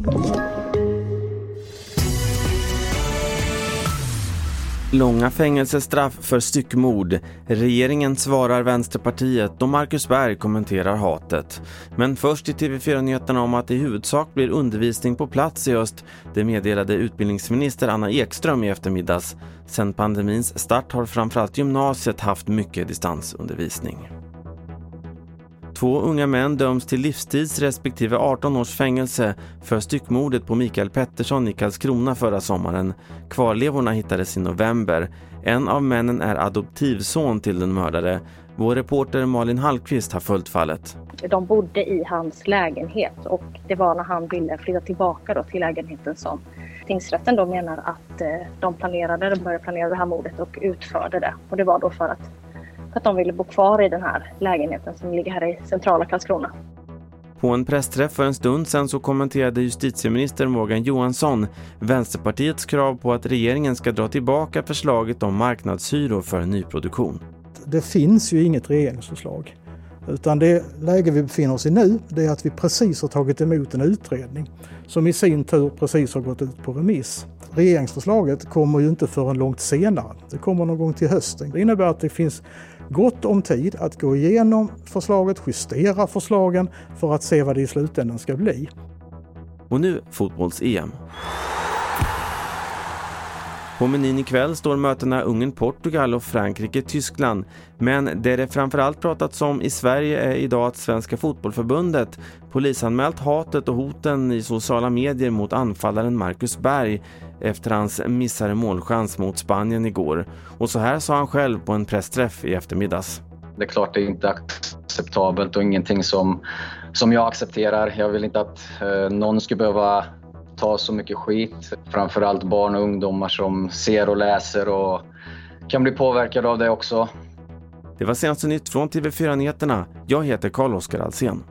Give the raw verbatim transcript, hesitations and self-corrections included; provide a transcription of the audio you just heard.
Långa fängelsestraff för styckmord. Regeringen svarar Vänsterpartiet och Marcus Berg kommenterar hatet. Men först i T V fyra-nyheterna om att det i huvudsak blir undervisning på plats i öst. Det meddelade utbildningsminister Anna Ekström i eftermiddags. Sen pandemins start har framförallt gymnasiet haft mycket distansundervisning. Två unga män döms till livstids respektive arton års fängelse för styckmordet på Mikael Pettersson i Karlskrona förra sommaren. Kvarlevorna hittades i november. En av männen är adoptivson till den mördare. Vår reporter Malin Hallqvist har följt fallet. De bodde i hans lägenhet och det var när han ville flytta tillbaka då till lägenheten som tingsrätten då menar att de planerade, de började planera det här mordet och utförde det. Och det var då för att För att de ville bo kvar i den här lägenheten som ligger här i centrala Karlskrona. På en pressträff för en stund sedan så kommenterade justitieminister Morgan Johansson Vänsterpartiets krav på att regeringen ska dra tillbaka förslaget om marknadshyror för nyproduktion. Det finns ju inget regeringsförslag. Utan det läge vi befinner oss i nu, det är att vi precis har tagit emot en utredning som i sin tur precis har gått ut på remiss. Regeringsförslaget kommer ju inte förrän långt senare. Det kommer någon gång till hösten. Det innebär att det finns gott om tid att gå igenom förslaget, justera förslagen för att se vad det i slutändan ska bli. Och nu fotbolls-E M. På menyn ikväll står mötena Ungern-Portugal och Frankrike-Tyskland. Men det det framförallt pratats om i Sverige är idag att Svenska fotbollförbundet polisanmält hatet och hoten i sociala medier mot anfallaren Marcus Berg efter hans missade målchans mot Spanien igår. Och så här sa han själv på en pressträff i eftermiddags. Det är klart det är inte acceptabelt och ingenting som, som jag accepterar. Jag vill inte att eh, någon ska behöva ta så mycket skit. Framförallt barn och ungdomar som ser och läser och kan bli påverkade av det också. Det var senaste nytt från T V fyra-nyheterna. Jag heter Carl-Oskar Alsen.